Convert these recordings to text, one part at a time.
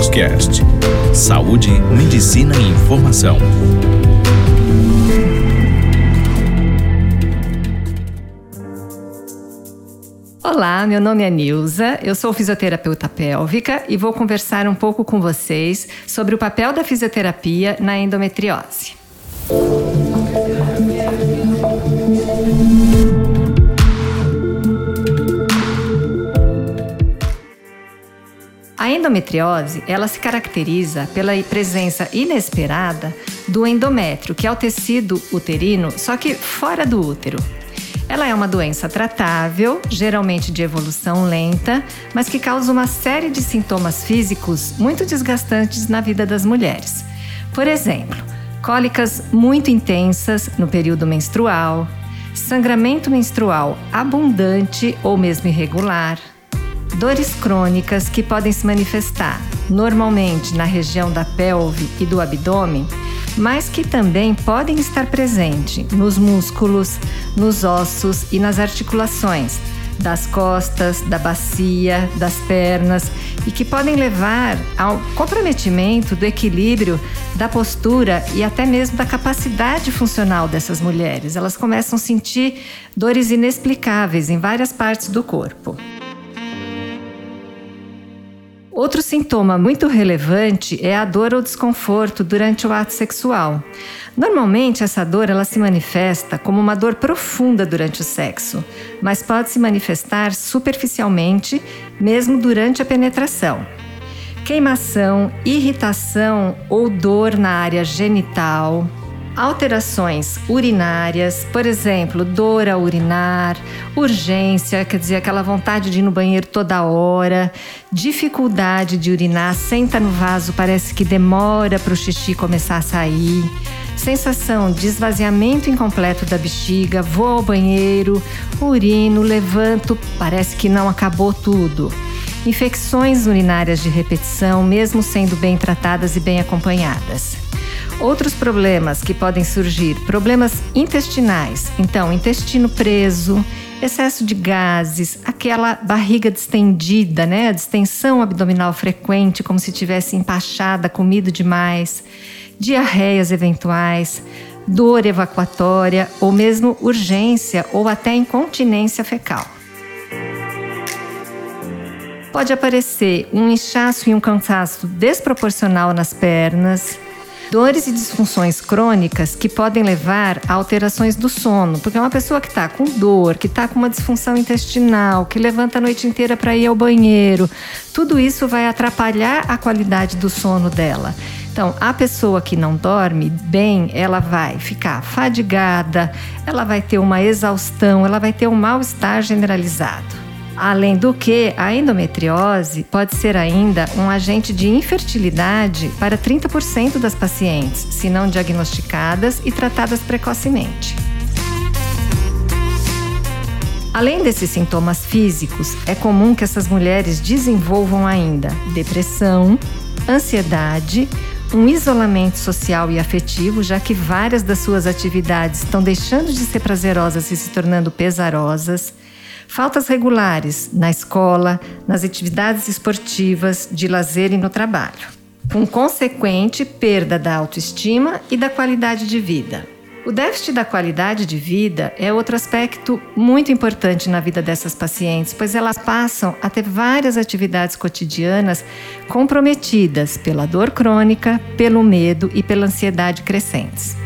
Cast. Saúde, medicina e informação. Olá, meu nome é Nilza, eu sou fisioterapeuta pélvica e vou conversar um pouco com vocês sobre o papel da fisioterapia na endometriose. A endometriose, ela se caracteriza pela presença inesperada do endométrio, que é o tecido uterino, só que fora do útero. Ela é uma doença tratável, geralmente de evolução lenta, mas que causa uma série de sintomas físicos muito desgastantes na vida das mulheres. Por exemplo, cólicas muito intensas no período menstrual, sangramento menstrual abundante ou mesmo irregular, dores crônicas que podem se manifestar normalmente na região da pelve e do abdômen, mas que também podem estar presentes nos músculos, nos ossos e nas articulações das costas, da bacia, das pernas e que podem levar ao comprometimento do equilíbrio, da postura e até mesmo da capacidade funcional dessas mulheres. Elas começam a sentir dores inexplicáveis em várias partes do corpo. Outro sintoma muito relevante é a dor ou desconforto durante o ato sexual. Normalmente, essa dor ela se manifesta como uma dor profunda durante o sexo, mas pode se manifestar superficialmente, mesmo durante a penetração. Queimação, irritação ou dor na área genital, alterações urinárias, por exemplo, dor a urinar, urgência, quer dizer, aquela vontade de ir no banheiro toda hora, dificuldade de urinar, senta no vaso, parece que demora para o xixi começar a sair, sensação de esvaziamento incompleto da bexiga, vou ao banheiro, urino, levanto, parece que não acabou tudo. Infecções urinárias de repetição, mesmo sendo bem tratadas e bem acompanhadas. Outros problemas que podem surgir, problemas intestinais, então intestino preso, excesso de gases, aquela barriga distendida, a distensão abdominal frequente, como se tivesse empachada, comido demais, diarreias eventuais, dor evacuatória ou mesmo urgência ou até incontinência fecal. Pode aparecer um inchaço e um cansaço desproporcional nas pernas, dores e disfunções crônicas que podem levar a alterações do sono, porque uma pessoa que está com dor, que está com uma disfunção intestinal, que levanta a noite inteira para ir ao banheiro, tudo isso vai atrapalhar a qualidade do sono dela. Então, a pessoa que não dorme bem, ela vai ficar fadigada, ela vai ter uma exaustão, ela vai ter um mal-estar generalizado. Além do que, a endometriose pode ser ainda um agente de infertilidade para 30% das pacientes, se não diagnosticadas e tratadas precocemente. Além desses sintomas físicos, é comum que essas mulheres desenvolvam ainda depressão, ansiedade, um isolamento social e afetivo, já que várias das suas atividades estão deixando de ser prazerosas e se tornando pesarosas, faltas regulares na escola, nas atividades esportivas, de lazer e no trabalho, com consequente perda da autoestima e da qualidade de vida. O déficit da qualidade de vida é outro aspecto muito importante na vida dessas pacientes, pois elas passam a ter várias atividades cotidianas comprometidas pela dor crônica, pelo medo e pela ansiedade crescentes.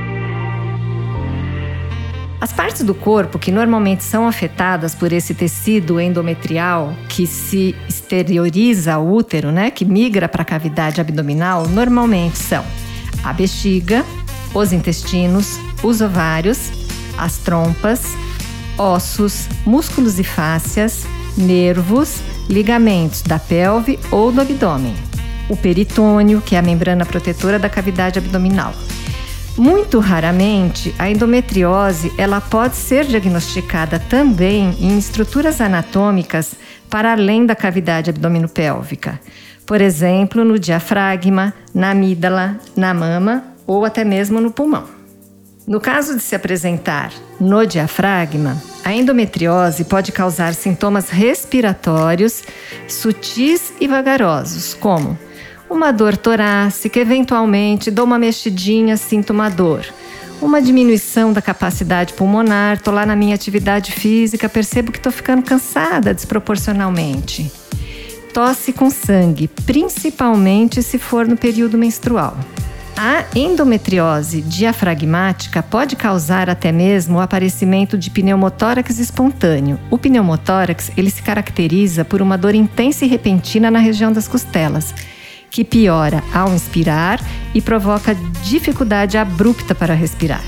As partes do corpo que normalmente são afetadas por esse tecido endometrial que se exterioriza ao útero, que migra para a cavidade abdominal, normalmente são a bexiga, os intestinos, os ovários, as trompas, ossos, músculos e fáscias, nervos, ligamentos da pelve ou do abdômen, o peritônio, que é a membrana protetora da cavidade abdominal. Muito raramente, a endometriose ela pode ser diagnosticada também em estruturas anatômicas para além da cavidade abdominopélvica. Por exemplo, no diafragma, na amígdala, na mama ou até mesmo no pulmão. No caso de se apresentar no diafragma, a endometriose pode causar sintomas respiratórios sutis e vagarosos, como Uma dor torácica, eventualmente dou uma mexidinha, sinto uma dor. Uma diminuição da capacidade pulmonar, estou lá na minha atividade física, percebo que estou ficando cansada desproporcionalmente. Tosse com sangue, principalmente se for no período menstrual. A endometriose diafragmática pode causar até mesmo o aparecimento de pneumotórax espontâneo. O pneumotórax, ele se caracteriza por uma dor intensa e repentina na região das costelas, que piora ao inspirar e provoca dificuldade abrupta para respirar.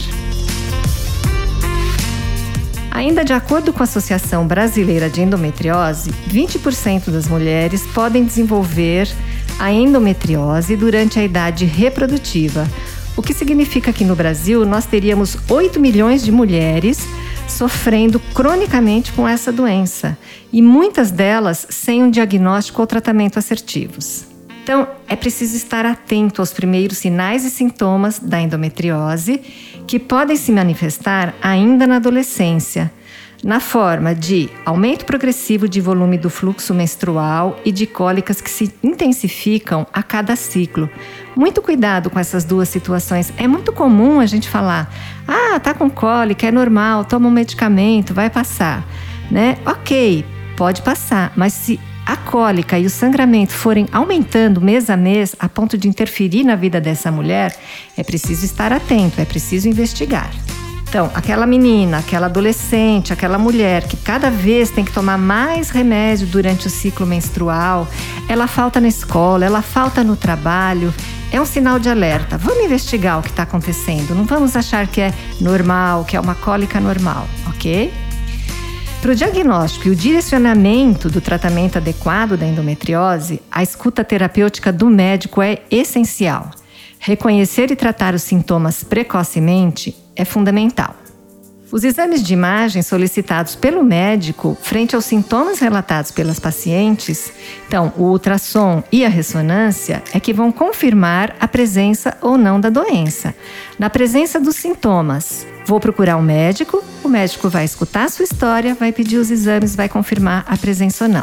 Ainda de acordo com a Associação Brasileira de Endometriose, 20% das mulheres podem desenvolver a endometriose durante a idade reprodutiva, o que significa que no Brasil nós teríamos 8 milhões de mulheres sofrendo cronicamente com essa doença, e muitas delas sem um diagnóstico ou tratamento assertivos. Então, é preciso estar atento aos primeiros sinais e sintomas da endometriose, que podem se manifestar ainda na adolescência, na forma de aumento progressivo de volume do fluxo menstrual e de cólicas que se intensificam a cada ciclo. Muito cuidado com essas duas situações. É muito comum a gente falar: tá com cólica, é normal, toma um medicamento, vai passar, né? Ok, pode passar, mas se a cólica e o sangramento forem aumentando mês a mês a ponto de interferir na vida dessa mulher, é preciso estar atento, é preciso investigar. Então, aquela menina, aquela adolescente, aquela mulher que cada vez tem que tomar mais remédio durante o ciclo menstrual, ela falta na escola, ela falta no trabalho, é um sinal de alerta. Vamos investigar o que está acontecendo, não vamos achar que é normal, que é uma cólica normal, ok? Para o diagnóstico e o direcionamento do tratamento adequado da endometriose, a escuta terapêutica do médico é essencial. Reconhecer e tratar os sintomas precocemente é fundamental. Os exames de imagem solicitados pelo médico frente aos sintomas relatados pelas pacientes, então o ultrassom e a ressonância, é que vão confirmar a presença ou não da doença. Na presença dos sintomas, vou procurar o médico vai escutar a sua história, vai pedir os exames, vai confirmar a presença ou não.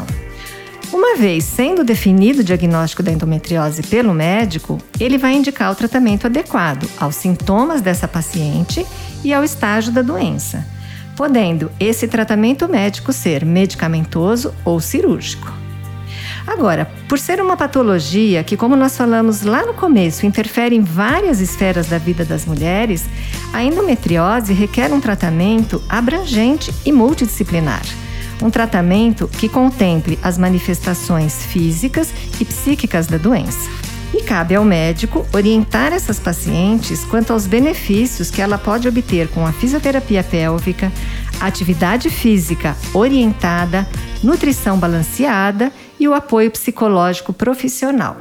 Uma vez sendo definido o diagnóstico da endometriose pelo médico, ele vai indicar o tratamento adequado aos sintomas dessa paciente e ao estágio da doença, podendo esse tratamento médico ser medicamentoso ou cirúrgico. Agora, por ser uma patologia que, como nós falamos lá no começo, interfere em várias esferas da vida das mulheres, a endometriose requer um tratamento abrangente e multidisciplinar. Um tratamento que contemple as manifestações físicas e psíquicas da doença. E cabe ao médico orientar essas pacientes quanto aos benefícios que ela pode obter com a fisioterapia pélvica, atividade física orientada, nutrição balanceada e o apoio psicológico profissional.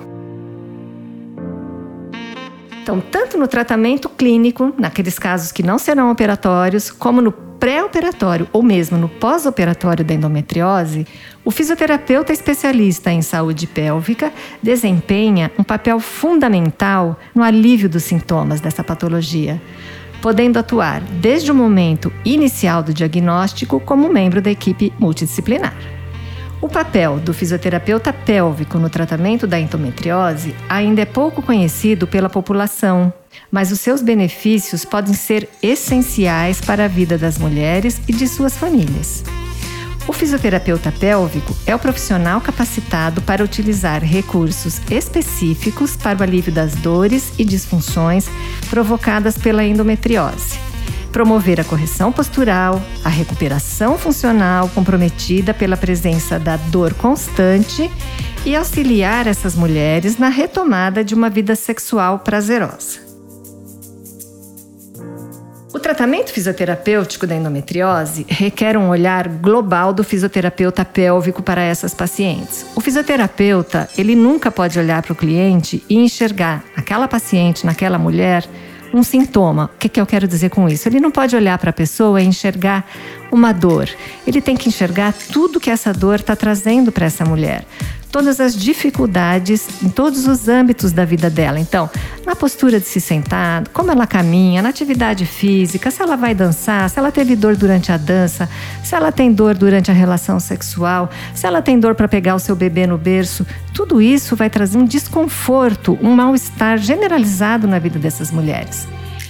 Então, tanto no tratamento clínico, naqueles casos que não serão operatórios, como no pré-operatório ou mesmo no pós-operatório da endometriose, o fisioterapeuta especialista em saúde pélvica desempenha um papel fundamental no alívio dos sintomas dessa patologia, podendo atuar desde o momento inicial do diagnóstico como membro da equipe multidisciplinar. O papel do fisioterapeuta pélvico no tratamento da endometriose ainda é pouco conhecido pela população, mas os seus benefícios podem ser essenciais para a vida das mulheres e de suas famílias. O fisioterapeuta pélvico é o profissional capacitado para utilizar recursos específicos para o alívio das dores e disfunções provocadas pela endometriose, promover a correção postural, a recuperação funcional comprometida pela presença da dor constante e auxiliar essas mulheres na retomada de uma vida sexual prazerosa. O tratamento fisioterapêutico da endometriose requer um olhar global do fisioterapeuta pélvico para essas pacientes. O fisioterapeuta, ele nunca pode olhar para o cliente e enxergar naquela paciente, naquela mulher, um sintoma. O que eu quero dizer com isso? Ele não pode olhar para a pessoa e enxergar uma dor. Ele tem que enxergar tudo que essa dor está trazendo para essa mulher. Todas as dificuldades em todos os âmbitos da vida dela. Então, na postura de se sentar, como ela caminha, na atividade física, se ela vai dançar, se ela teve dor durante a dança, se ela tem dor durante a relação sexual, se ela tem dor para pegar o seu bebê no berço, tudo isso vai trazer um desconforto, um mal-estar generalizado na vida dessas mulheres.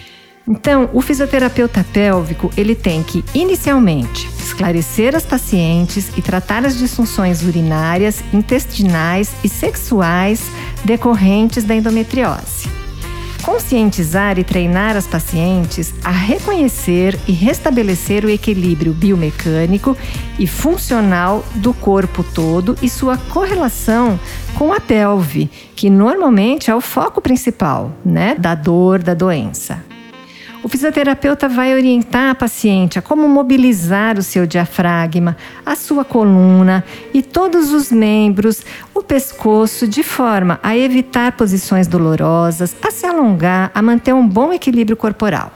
Então, o fisioterapeuta pélvico, ele tem que, inicialmente, esclarecer as pacientes e tratar as disfunções urinárias, intestinais e sexuais decorrentes da endometriose. Conscientizar e treinar as pacientes a reconhecer e restabelecer o equilíbrio biomecânico e funcional do corpo todo e sua correlação com a pelve, que normalmente é o foco principal, da dor, da doença. O fisioterapeuta vai orientar a paciente a como mobilizar o seu diafragma, a sua coluna e todos os membros, o pescoço, de forma a evitar posições dolorosas, a se alongar, a manter um bom equilíbrio corporal.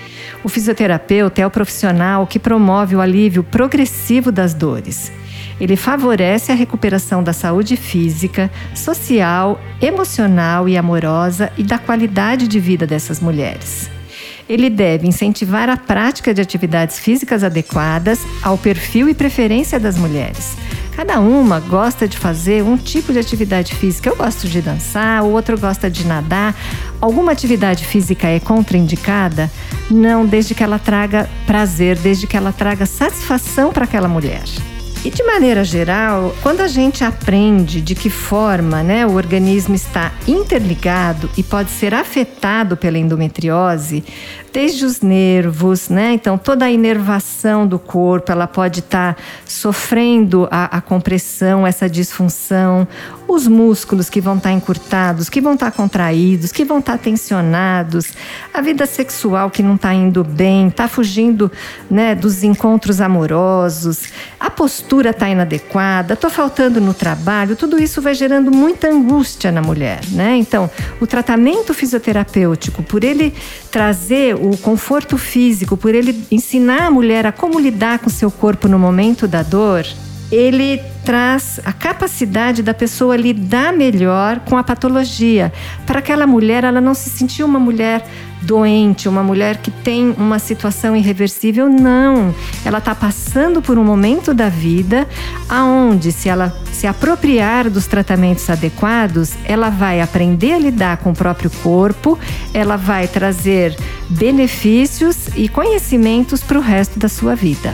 O fisioterapeuta é o profissional que promove o alívio progressivo das dores. Ele favorece a recuperação da saúde física, social, emocional e amorosa e da qualidade de vida dessas mulheres. Ele deve incentivar a prática de atividades físicas adequadas ao perfil e preferência das mulheres. Cada uma gosta de fazer um tipo de atividade física. Eu gosto de dançar, o outro gosta de nadar. Alguma atividade física é contraindicada? Não, desde que ela traga prazer, desde que ela traga satisfação para aquela mulher. E de maneira geral, quando a gente aprende de que forma o organismo está interligado e pode ser afetado pela endometriose, desde os nervos, então toda a inervação do corpo, ela pode estar sofrendo a compressão, essa disfunção, os músculos que vão estar encurtados, que vão estar contraídos, que vão estar tensionados, a vida sexual que não está indo bem, está fugindo dos encontros amorosos, a postura está inadequada, estou faltando no trabalho, tudo isso vai gerando muita angústia na mulher, Então, o tratamento fisioterapêutico, por ele trazer o conforto físico, por ele ensinar a mulher a como lidar com o seu corpo no momento da dor, ele traz a capacidade da pessoa lidar melhor com a patologia, para aquela mulher ela não se sentir uma mulher doente, uma mulher que tem uma situação irreversível. Não, ela está passando por um momento da vida onde, se ela se apropriar dos tratamentos adequados, ela vai aprender a lidar com o próprio corpo, ela vai trazer benefícios e conhecimentos para o resto da sua vida.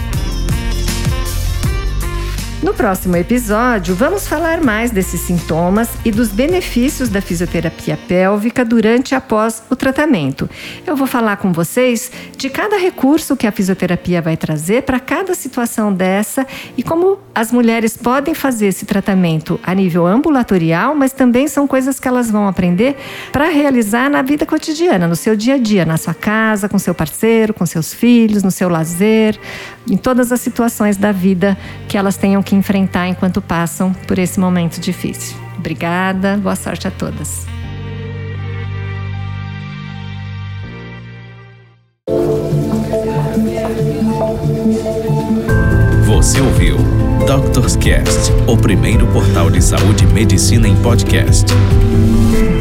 No próximo episódio, vamos falar mais desses sintomas e dos benefícios da fisioterapia pélvica durante e após o tratamento. Eu vou falar com vocês de cada recurso que a fisioterapia vai trazer para cada situação dessa e como as mulheres podem fazer esse tratamento a nível ambulatorial, mas também são coisas que elas vão aprender para realizar na vida cotidiana, no seu dia a dia, na sua casa, com seu parceiro, com seus filhos, no seu lazer, em todas as situações da vida que elas tenham que enfrentar enquanto passam por esse momento difícil. Obrigada, boa sorte a todas. Você ouviu Doctors Cast, o primeiro portal de saúde e medicina em podcast.